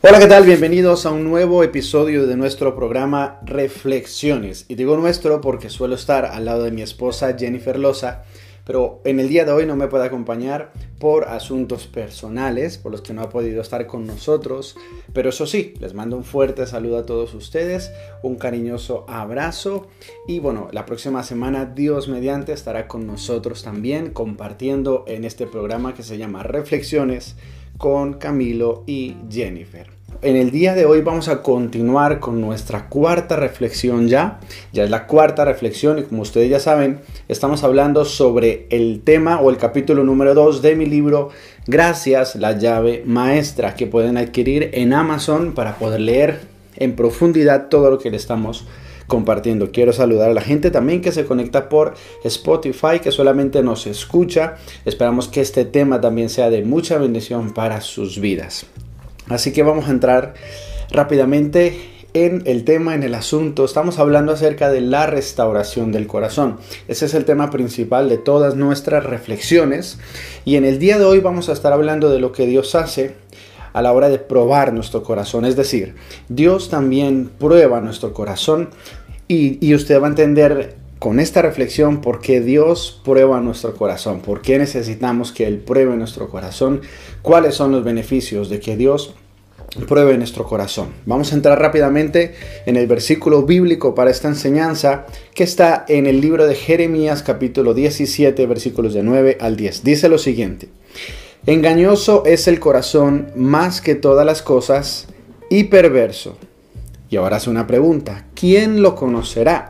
Hola, ¿qué tal? Bienvenidos a un nuevo episodio de nuestro programa Reflexiones. Y digo nuestro porque suelo estar al lado de mi esposa Jennifer Loza, pero en el día de hoy no me puede acompañar por asuntos personales, por los que no ha podido estar con nosotros. Pero eso sí, les mando un fuerte saludo a todos ustedes, un cariñoso abrazo. Y bueno, la próxima semana, Dios mediante, estará con nosotros también compartiendo en este programa que se llama Reflexiones con Camilo y Jennifer. En el día de hoy vamos a continuar con nuestra cuarta reflexión ya es la cuarta reflexión y como ustedes ya saben, estamos hablando sobre el tema o el capítulo número 2 de mi libro Gracias, la llave maestra, que pueden adquirir en Amazon para poder leer en profundidad todo lo que le estamos compartiendo. Quiero saludar a la gente también que se conecta por Spotify, que solamente nos escucha. Esperamos que este tema también sea de mucha bendición para sus vidas. Así que vamos a entrar rápidamente en el tema, en el asunto. Estamos hablando acerca de la restauración del corazón. Ese es el tema principal de todas nuestras reflexiones. Y en el día de hoy vamos a estar hablando de lo que Dios hace a la hora de probar nuestro corazón. Es decir, Dios también prueba nuestro corazón y usted va a entender con esta reflexión por qué Dios prueba nuestro corazón, por qué necesitamos que Él pruebe nuestro corazón, cuáles son los beneficios de que Dios pruebe nuestro corazón. Vamos a entrar rápidamente en el versículo bíblico para esta enseñanza que está en el libro de Jeremías capítulo 17 versículos de 9 al 10. Dice lo siguiente: engañoso es el corazón más que todas las cosas y perverso. Y ahora hace una pregunta: ¿quién lo conocerá?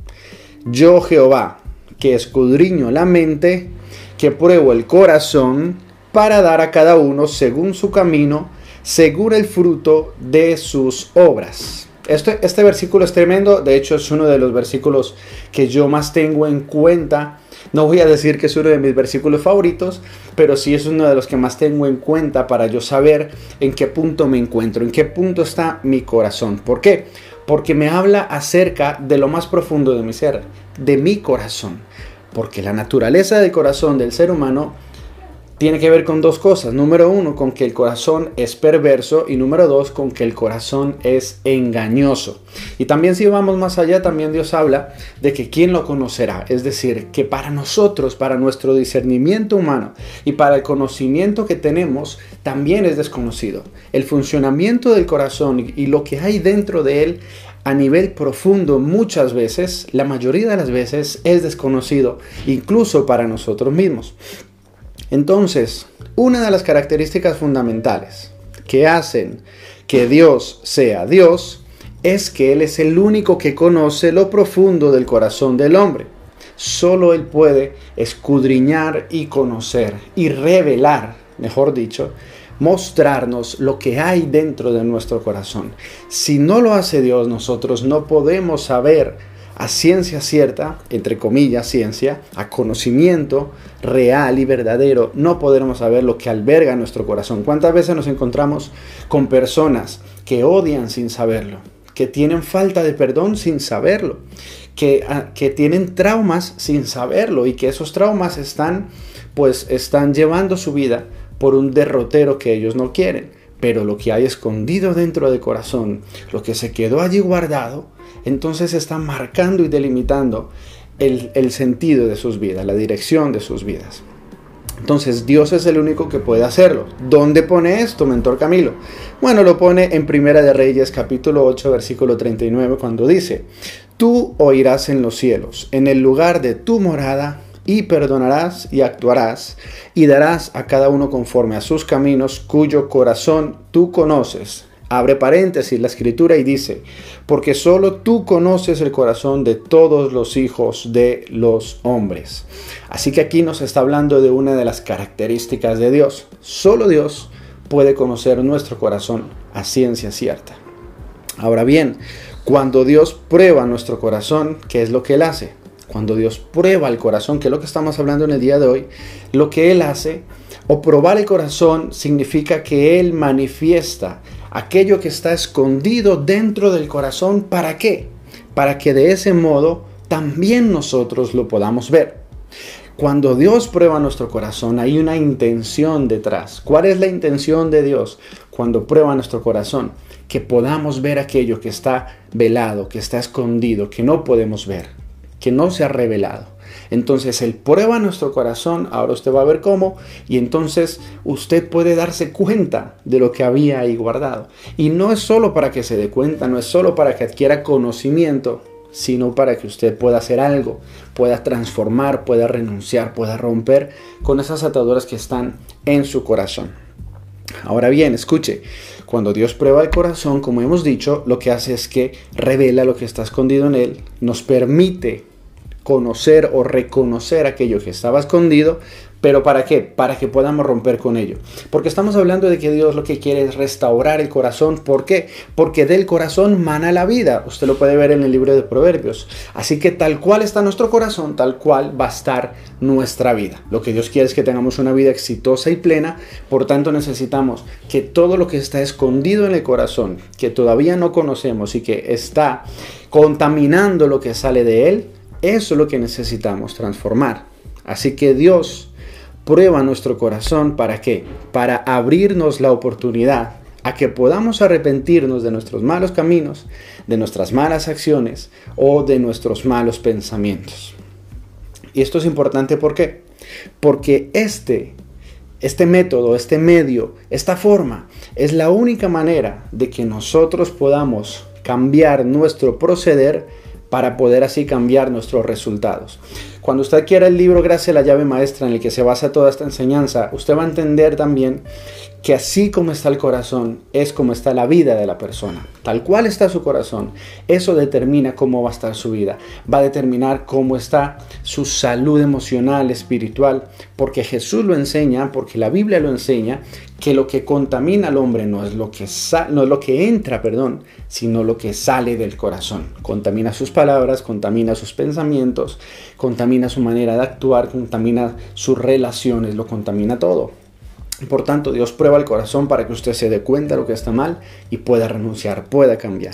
Yo, Jehová, que escudriño la mente, que pruebo el corazón, para dar a cada uno según su camino, según el fruto de sus obras. Este versículo es tremendo. De hecho, es uno de los versículos que yo más tengo en cuenta. No voy a decir que es uno de mis versículos favoritos, pero sí es uno de los que más tengo en cuenta para yo saber en qué punto me encuentro, en qué punto está mi corazón. ¿Por qué? Porque me habla acerca de lo más profundo de mi ser, de mi corazón. Porque la naturaleza del corazón del ser humano tiene que ver con dos cosas. Número uno, con que el corazón es perverso, y número dos, con que el corazón es engañoso. Y también, si vamos más allá, también Dios habla de que quién lo conocerá. Es decir, que para nosotros, para nuestro discernimiento humano y para el conocimiento que tenemos, también es desconocido. El funcionamiento del corazón y lo que hay dentro de él a nivel profundo, muchas veces, la mayoría de las veces, es desconocido, incluso para nosotros mismos. Entonces, una de las características fundamentales que hacen que Dios sea Dios es que Él es el único que conoce lo profundo del corazón del hombre. Solo Él puede escudriñar y conocer y revelar, mejor dicho, mostrarnos lo que hay dentro de nuestro corazón. Si no lo hace Dios, nosotros no podemos saber a ciencia cierta, entre comillas ciencia, a conocimiento real y verdadero, no podremos saber lo que alberga nuestro corazón. ¿Cuántas veces nos encontramos con personas que odian sin saberlo, que tienen falta de perdón sin saberlo, que tienen traumas sin saberlo y que esos traumas están llevando su vida por un derrotero que ellos no quieren? Pero lo que hay escondido dentro del corazón, lo que se quedó allí guardado, entonces está marcando y delimitando el sentido de sus vidas, la dirección de sus vidas. Entonces Dios es el único que puede hacerlo. ¿Dónde pone esto, mentor Camilo? Bueno, lo pone en Primera de Reyes capítulo 8 versículo 39 cuando dice: tú oirás en los cielos, en el lugar de tu morada, y perdonarás y actuarás, y darás a cada uno conforme a sus caminos, cuyo corazón tú conoces. Abre paréntesis la escritura y dice: porque solo tú conoces el corazón de todos los hijos de los hombres. Así que aquí nos está hablando de una de las características de Dios. Solo Dios puede conocer nuestro corazón a ciencia cierta. Ahora bien, cuando Dios prueba nuestro corazón, ¿qué es lo que Él hace? Cuando Dios prueba el corazón, que es lo que estamos hablando en el día de hoy, lo que Él hace, o probar el corazón, significa que Él manifiesta aquello que está escondido dentro del corazón. ¿Para qué? Para que de ese modo también nosotros lo podamos ver. Cuando Dios prueba nuestro corazón, hay una intención detrás. ¿Cuál es la intención de Dios? cuando prueba nuestro corazón, que podamos ver aquello que está velado, que está escondido, que no podemos ver, que no se ha revelado. Entonces Él prueba nuestro corazón, ahora usted va a ver cómo, y entonces usted puede darse cuenta de lo que había ahí guardado. Y no es solo para que se dé cuenta, no es solo para que adquiera conocimiento, sino para que usted pueda hacer algo, pueda transformar, pueda renunciar, pueda romper con esas ataduras que están en su corazón. Ahora bien, escuche, cuando Dios prueba el corazón, como hemos dicho, lo que hace es que revela lo que está escondido en él, nos permite conocer o reconocer aquello que estaba escondido, pero ¿para qué? Para que podamos romper con ello. Porque estamos hablando de que Dios lo que quiere es restaurar el corazón. ¿Por qué? Porque del corazón mana la vida. Usted lo puede ver en el libro de Proverbios. Así que tal cual está nuestro corazón, tal cual va a estar nuestra vida. Lo que Dios quiere es que tengamos una vida exitosa y plena. Por tanto, necesitamos que todo lo que está escondido en el corazón, que todavía no conocemos y que está contaminando lo que sale de él, eso es lo que necesitamos transformar. Así que Dios prueba nuestro corazón, ¿para qué? Para abrirnos la oportunidad a que podamos arrepentirnos de nuestros malos caminos, de nuestras malas acciones o de nuestros malos pensamientos. Y esto es importante, ¿por qué? Porque este método, este medio, esta forma es la única manera de que nosotros podamos cambiar nuestro proceder para poder así cambiar nuestros resultados. Cuando usted adquiera el libro Gracia, la llave maestra, en el que se basa toda esta enseñanza, usted va a entender también que así como está el corazón, es como está la vida de la persona. Tal cual está su corazón, eso determina cómo va a estar su vida. Va a determinar cómo está su salud emocional, espiritual, porque Jesús lo enseña, porque la Biblia lo enseña, que lo que contamina al hombre no es lo que entra, sino lo que sale del corazón. Contamina sus palabras, contamina sus pensamientos, contamina su manera de actuar, contamina sus relaciones, lo contamina todo. Por tanto, Dios prueba el corazón para que usted se dé cuenta de lo que está mal y pueda renunciar, pueda cambiar.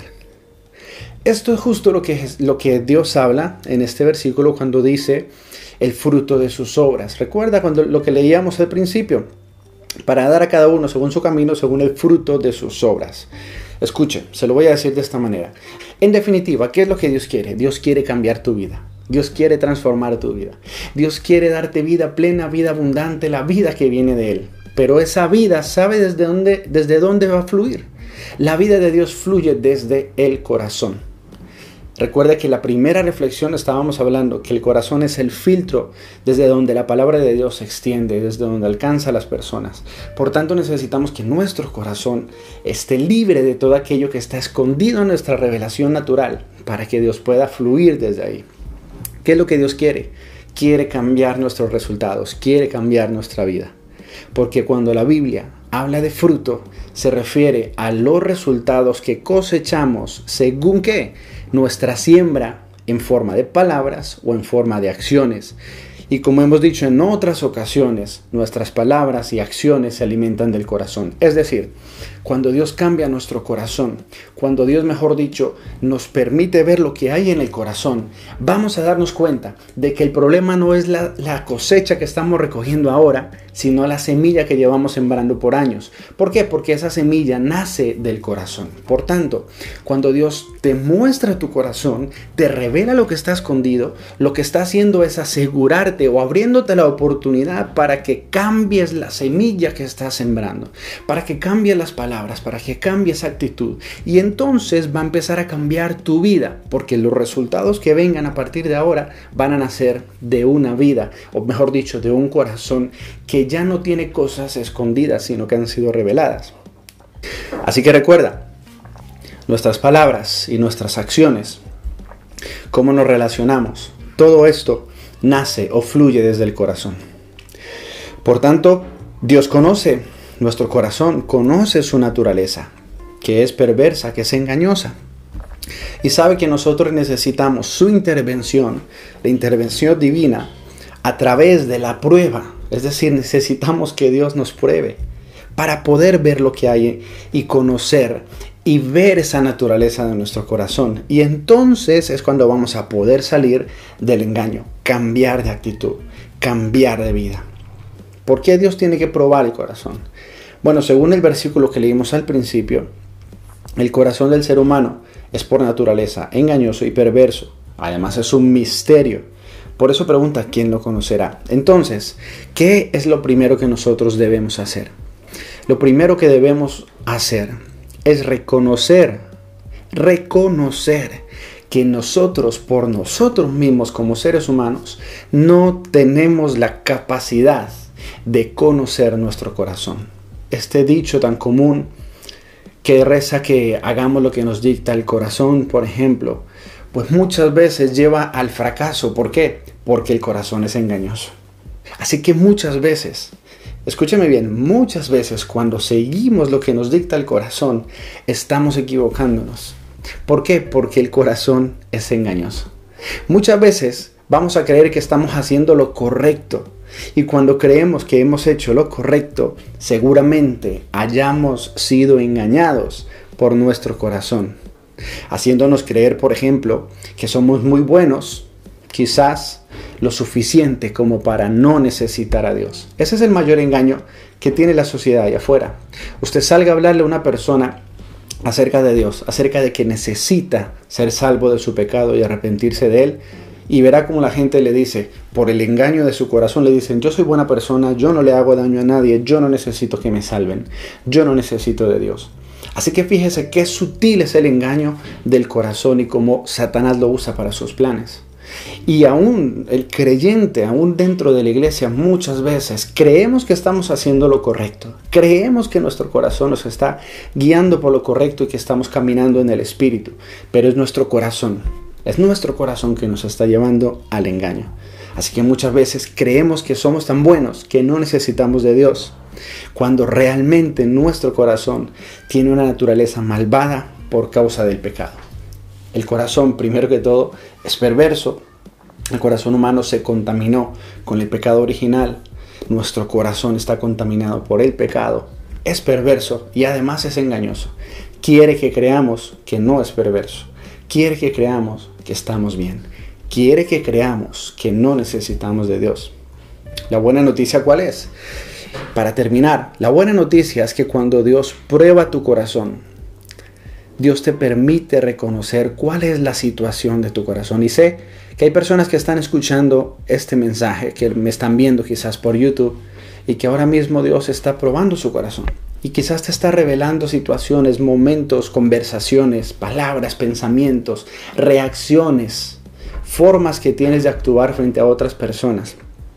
Esto es justo lo que Dios habla en este versículo cuando dice el fruto de sus obras. Recuerda cuando lo que leíamos al principio, para dar a cada uno según su camino, según el fruto de sus obras. Escuche, se lo voy a decir de esta manera. En definitiva, ¿qué es lo que Dios quiere? Dios quiere cambiar tu vida. Dios quiere transformar tu vida. Dios quiere darte vida plena, vida abundante, la vida que viene de Él. Pero esa vida, ¿sabe desde dónde va a fluir? La vida de Dios fluye desde el corazón. Recuerde que la primera reflexión estábamos hablando que el corazón es el filtro desde donde la palabra de Dios se extiende, desde donde alcanza a las personas. Por tanto, necesitamos que nuestro corazón esté libre de todo aquello que está escondido en nuestra revelación natural para que Dios pueda fluir desde ahí. ¿Qué es lo que Dios quiere? Quiere cambiar nuestros resultados, quiere cambiar nuestra vida. Porque cuando la Biblia habla de fruto, se refiere a los resultados que cosechamos según ¿qué? Nuestra siembra en forma de palabras o en forma de acciones. Y como hemos dicho en otras ocasiones, nuestras palabras y acciones se alimentan del corazón. Es decir, cuando Dios cambia nuestro corazón, cuando Dios, mejor dicho, nos permite ver lo que hay en el corazón, vamos a darnos cuenta de que el problema no es la cosecha que estamos recogiendo ahora, sino la semilla que llevamos sembrando por años. ¿Por qué? Porque esa semilla nace del corazón. Por tanto, cuando Dios te muestra tu corazón, te revela lo que está escondido, lo que está haciendo es asegurarte o abriéndote la oportunidad para que cambies la semilla que estás sembrando, para que cambies las palabras, para que cambies esa actitud. Y entonces va a empezar a cambiar tu vida, porque los resultados que vengan a partir de ahora van a nacer de una vida, o mejor dicho, de un corazón que ya no tiene cosas escondidas, sino que han sido reveladas. Así que recuerda, nuestras palabras y nuestras acciones, cómo nos relacionamos, todo esto nace o fluye desde el corazón. Por tanto, Dios conoce nuestro corazón, conoce su naturaleza, que es perversa, que es engañosa. Y sabe que nosotros necesitamos su intervención, la intervención divina, a través de la prueba. Es decir, necesitamos que Dios nos pruebe para poder ver lo que hay y conocer y ver esa naturaleza de nuestro corazón. Y entonces es cuando vamos a poder salir del engaño, cambiar de actitud, cambiar de vida. ¿Por qué Dios tiene que probar el corazón? Bueno, según el versículo que leímos al principio, el corazón del ser humano es por naturaleza engañoso y perverso. Además es un misterio. Por eso pregunta, ¿quién lo conocerá? Entonces, ¿qué es lo primero que nosotros debemos hacer? Lo primero que debemos hacer es reconocer que nosotros, por nosotros mismos como seres humanos, no tenemos la capacidad de conocer nuestro corazón. Este dicho tan común que reza que hagamos lo que nos dicta el corazón, por ejemplo, pues muchas veces lleva al fracaso. ¿Por qué? Porque el corazón es engañoso. Así que muchas veces, escúcheme bien, muchas veces cuando seguimos lo que nos dicta el corazón, estamos equivocándonos. ¿Por qué? Porque el corazón es engañoso. Muchas veces vamos a creer que estamos haciendo lo correcto. Y cuando creemos que hemos hecho lo correcto, seguramente hayamos sido engañados por nuestro corazón, haciéndonos creer, por ejemplo, que somos muy buenos, quizás lo suficiente como para no necesitar a Dios. Ese es el mayor engaño que tiene la sociedad allá afuera. Usted salga a hablarle a una persona acerca de Dios, acerca de que necesita ser salvo de su pecado y arrepentirse de él, y verá como la gente le dice, por el engaño de su corazón le dicen, yo soy buena persona, yo no le hago daño a nadie, yo no necesito que me salven, yo no necesito de Dios. Así que fíjese qué sutil es el engaño del corazón y cómo Satanás lo usa para sus planes. Y aún el creyente, aún dentro de la iglesia, muchas veces creemos que estamos haciendo lo correcto. Creemos que nuestro corazón nos está guiando por lo correcto y que estamos caminando en el Espíritu. Pero es nuestro corazón que nos está llevando al engaño. Así que muchas veces creemos que somos tan buenos que no necesitamos de Dios, cuando realmente nuestro corazón tiene una naturaleza malvada por causa del pecado. El corazón, primero que todo, es perverso. El corazón humano se contaminó con el pecado original. Nuestro corazón está contaminado por el pecado. Es perverso y además es engañoso. Quiere que creamos que no es perverso. Quiere que creamos que estamos bien. Quiere que creamos que no necesitamos de Dios. ¿La buena noticia cuál es? Para terminar, la buena noticia es que cuando Dios prueba tu corazón, Dios te permite reconocer cuál es la situación de tu corazón. Y sé que hay personas que están escuchando este mensaje, que me están viendo quizás por YouTube, y que ahora mismo Dios está probando su corazón. Y quizás te está revelando situaciones, momentos, conversaciones, palabras, pensamientos, reacciones, formas que tienes de actuar frente a otras personas.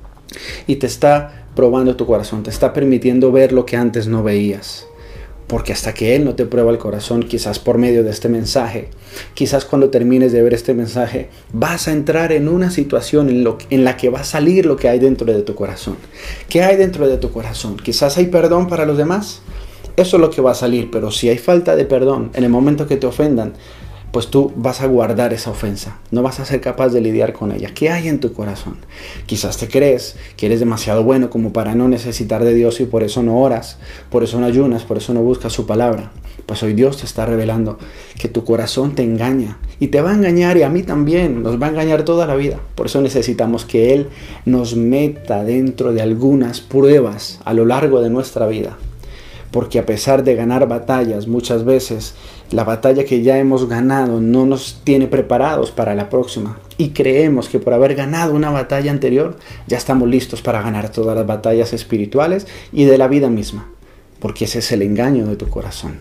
Y te está probando tu corazón, te está permitiendo ver lo que antes no veías. Porque hasta que Él no te prueba el corazón, quizás por medio de este mensaje, quizás cuando termines de ver este mensaje, vas a entrar en una situación en la que va a salir lo que hay dentro de tu corazón. ¿Qué hay dentro de tu corazón? Quizás hay perdón para los demás. Eso es lo que va a salir, pero si hay falta de perdón, en el momento que te ofendan, pues tú vas a guardar esa ofensa. No vas a ser capaz de lidiar con ella. ¿Qué hay en tu corazón? Quizás te crees que eres demasiado bueno como para no necesitar de Dios y por eso no oras, por eso no ayunas, por eso no buscas su palabra. Pues hoy Dios te está revelando que tu corazón te engaña y te va a engañar, y a mí también nos va a engañar toda la vida. Por eso necesitamos que Él nos meta dentro de algunas pruebas a lo largo de nuestra vida. Porque a pesar de ganar batallas, muchas veces la batalla que ya hemos ganado no nos tiene preparados para la próxima. Y creemos que por haber ganado una batalla anterior, ya estamos listos para ganar todas las batallas espirituales y de la vida misma. Porque ese es el engaño de tu corazón.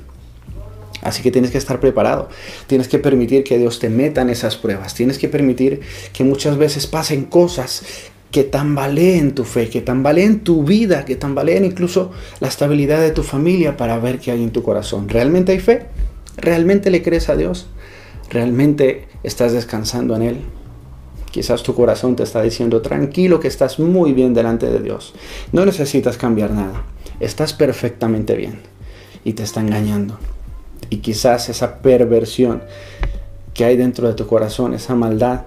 Así que tienes que estar preparado. Tienes que permitir que Dios te meta en esas pruebas. Tienes que permitir que muchas veces pasen cosas que tambaleen tu fe, que tambaleen tu vida, que tambaleen incluso la estabilidad de tu familia, para ver qué hay en tu corazón. ¿Realmente hay fe? ¿Realmente le crees a Dios? ¿Realmente estás descansando en Él? Quizás tu corazón te está diciendo tranquilo que estás muy bien delante de Dios. No necesitas cambiar nada. Estás perfectamente bien. Y te está engañando. Y quizás esa perversión que hay dentro de tu corazón, esa maldad,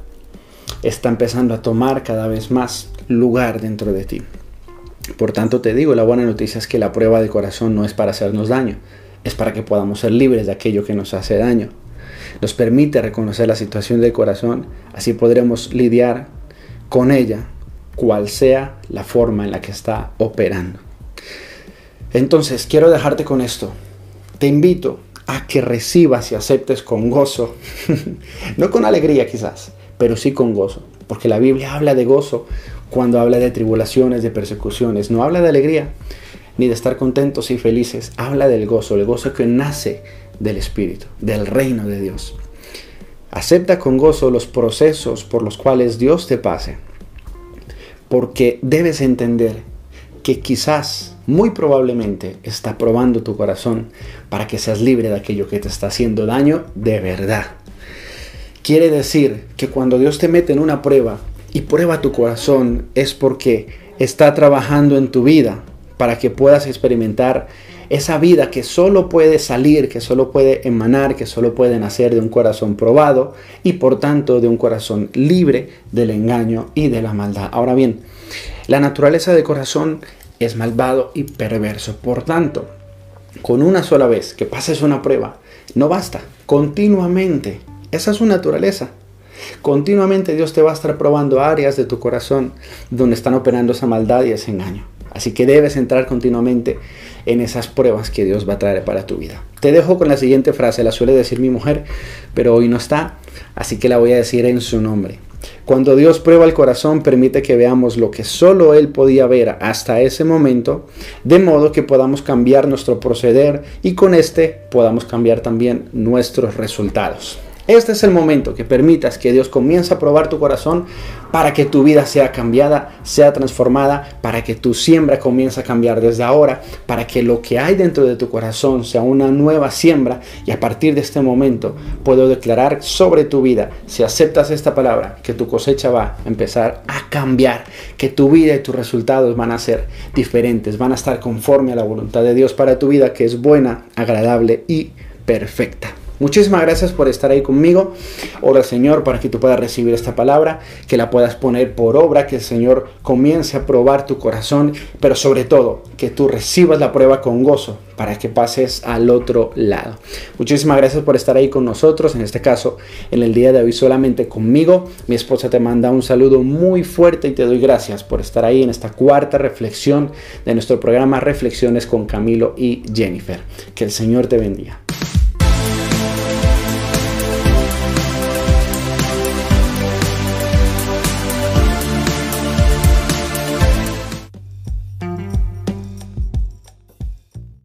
está empezando a tomar cada vez más lugar dentro de ti. Por tanto te digo, la buena noticia es que la prueba del corazón no es para hacernos daño, es para que podamos ser libres de aquello que nos hace daño. Nos permite reconocer la situación del corazón, así podremos lidiar con ella, cual sea la forma en la que está operando. Entonces, quiero dejarte con esto. Te invito a que recibas y aceptes con gozo, no con alegría quizás, pero sí con gozo, porque la Biblia habla de gozo cuando habla de tribulaciones, de persecuciones. No habla de alegría ni de estar contentos y felices, habla del gozo, el gozo que nace del Espíritu, del reino de Dios. Acepta con gozo los procesos por los cuales Dios te pase, porque debes entender que quizás, muy probablemente, está probando tu corazón para que seas libre de aquello que te está haciendo daño de verdad. Quiere decir que cuando Dios te mete en una prueba y prueba tu corazón, es porque está trabajando en tu vida para que puedas experimentar esa vida que solo puede salir, que solo puede emanar, que solo puede nacer de un corazón probado y por tanto de un corazón libre del engaño y de la maldad. Ahora bien, la naturaleza del corazón es malvado y perverso. Por tanto, con una sola vez que pases una prueba, no basta. Continuamente, esa es su naturaleza. Continuamente Dios te va a estar probando áreas de tu corazón donde están operando esa maldad y ese engaño. Así que debes entrar continuamente en esas pruebas que Dios va a traer para tu vida. Te dejo con la siguiente frase, la suele decir mi mujer, pero hoy no está, así que la voy a decir en su nombre. Cuando Dios prueba el corazón, permite que veamos lo que solo Él podía ver hasta ese momento, de modo que podamos cambiar nuestro proceder y con este podamos cambiar también nuestros resultados. Este es el momento que permitas que Dios comience a probar tu corazón para que tu vida sea cambiada, sea transformada, para que tu siembra comience a cambiar desde ahora, para que lo que hay dentro de tu corazón sea una nueva siembra y a partir de este momento puedo declarar sobre tu vida, si aceptas esta palabra, que tu cosecha va a empezar a cambiar, que tu vida y tus resultados van a ser diferentes, van a estar conforme a la voluntad de Dios para tu vida, que es buena, agradable y perfecta. Muchísimas gracias por estar ahí conmigo. Ora al Señor para que tú puedas recibir esta palabra, que la puedas poner por obra, que el Señor comience a probar tu corazón, pero sobre todo que tú recibas la prueba con gozo para que pases al otro lado. Muchísimas gracias por estar ahí con nosotros, en este caso en el día de hoy solamente conmigo. Mi esposa te manda un saludo muy fuerte y te doy gracias por estar ahí en esta cuarta reflexión de nuestro programa Reflexiones con Camilo y Jennifer. Que el Señor te bendiga.